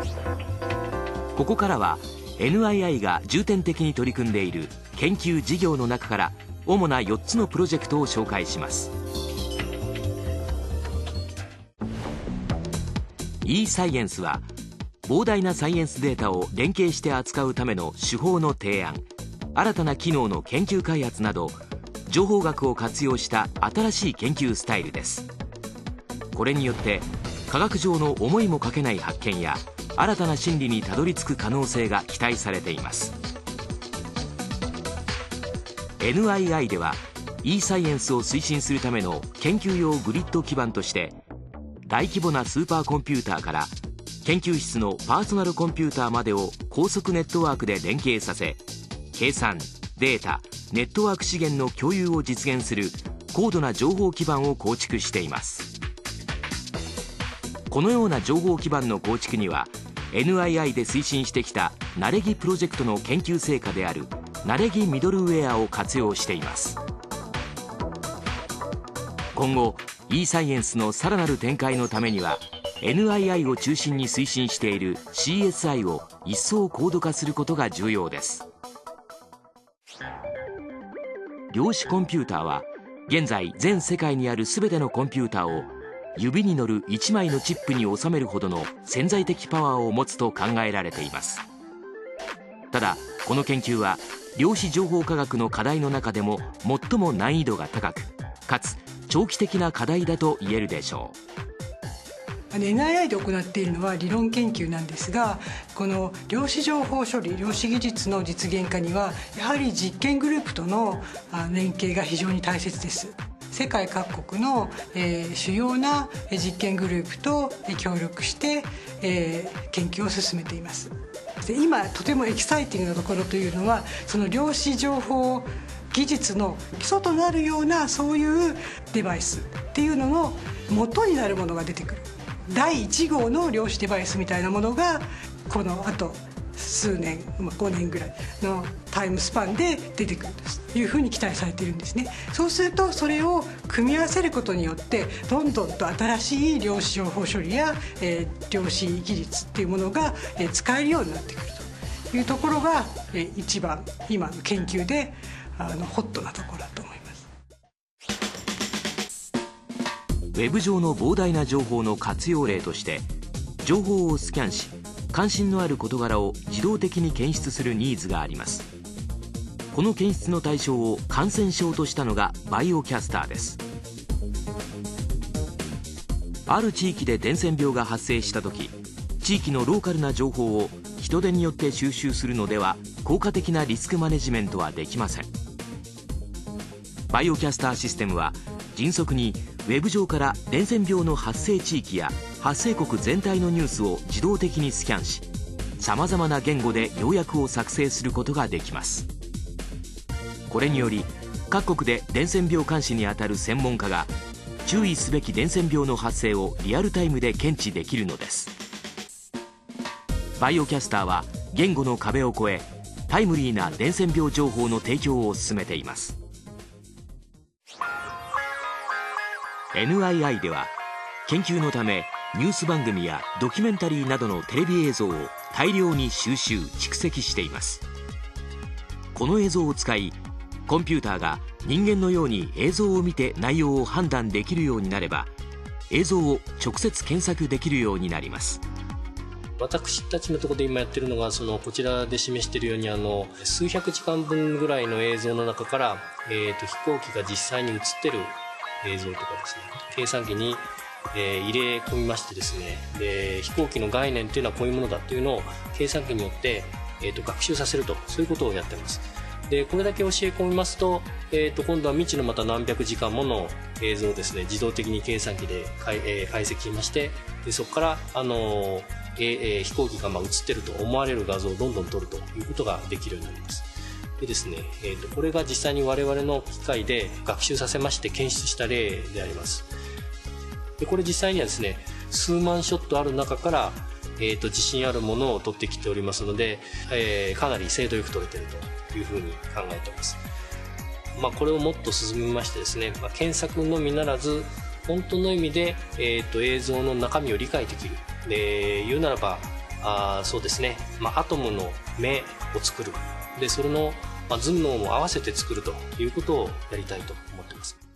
ここからは NII が重点的に取り組んでいる研究事業の中から主な4つのプロジェクトを紹介します。 e サイエンスは膨大なサイエンスデータを連携して扱うための手法の提案、新たな機能の研究開発など情報学を活用した新しい研究スタイルです。これによって科学上の思いもかけない発見や新たな真理にたどり着く可能性が期待されています。 NII では e サイエンスを推進するための研究用グリッド基盤として大規模なスーパーコンピューターから研究室のパーソナルコンピューターまでを高速ネットワークで連携させ、計算、データ、ネットワーク資源の共有を実現する高度な情報基盤を構築しています。このような情報基盤の構築には NII で推進してきたナレギプロジェクトの研究成果であるナレギミドルウェアを活用しています。今後 e サイエンスのさらなる展開のためには NII を中心に推進している CSI を一層高度化することが重要です。量子コンピューターは現在全世界にある全てのコンピューターを指に乗る1枚のチップに収めるほどの潜在的パワーを持つと考えられています。ただこの研究は量子情報科学の課題の中でも最も難易度が高く、かつ長期的な課題だと言えるでしょう。 NII で行っているのは理論研究なんですが、この量子情報処理、量子技術の実現化にはやはり実験グループとの連携が非常に大切です。世界各国の主要な実験グループと協力して研究を進めています。で今とてもエキサイティングなところというのは、その量子情報技術の基礎となるようなそういうデバイスっていうのの元になるものが出てくる。第1号の量子デバイスみたいなものがこのあと数年、5年ぐらいのタイムスパンで出てくるというふうに期待されているんですね。そうするとそれを組み合わせることによってどんどんと新しい量子情報処理や、量子技術っていうものが、使えるようになってくるというところが、一番今の研究でホットなところだと思います。 ウェブ上の膨大な情報の活用例として情報をスキャンし関心のある事柄を自動的に検出するニーズがあります。この検出の対象を感染症としたのがバイオキャスターです。ある地域で伝染病が発生した時、地域のローカルな情報を人手によって収集するのでは効果的なリスクマネジメントはできません。バイオキャスターシステムは迅速にウェブ上から伝染病の発生地域や発生国全体のニュースを自動的にスキャンし、さまざまな言語で要約を作成することができます。これにより各国で伝染病監視にあたる専門家が注意すべき伝染病の発生をリアルタイムで検知できるのです。バイオキャスターは言語の壁を越えタイムリーな伝染病情報の提供を進めています。NII では研究のためニュース番組やドキュメンタリーなどのテレビ映像を大量に収集・蓄積しています。この映像を使いコンピューターが人間のように映像を見て内容を判断できるようになれば映像を直接検索できるようになります。 私たちのところで今やってるのがこちらで示しているように数百時間分ぐらいの映像の中から、飛行機が実際に映ってる映像とかですね、計算機に、入れ込みましてですね、で飛行機の概念というのはこういうものだというのを計算機によって、学習させると、そういうことをやってます。でこれだけ教え込みますと、今度は未知のまた何百時間もの映像をですね自動的に計算機で解析しまして、でそこから飛行機が映ってると思われる画像をどんどん撮るということができるようになります。でですね、これが実際に我々の機械で学習させまして検出した例であります。でこれ実際にはですね数万ショットある中から、自信あるものを撮ってきておりますので、かなり精度よく撮れているというふうに考えています。これをもっと進めましてですね、検索のみならず本当の意味で、映像の中身を理解できるでいうならば、 そうですね、アトムの目を作る、でそれの頭脳も合わせて作るということをやりたいと思っています。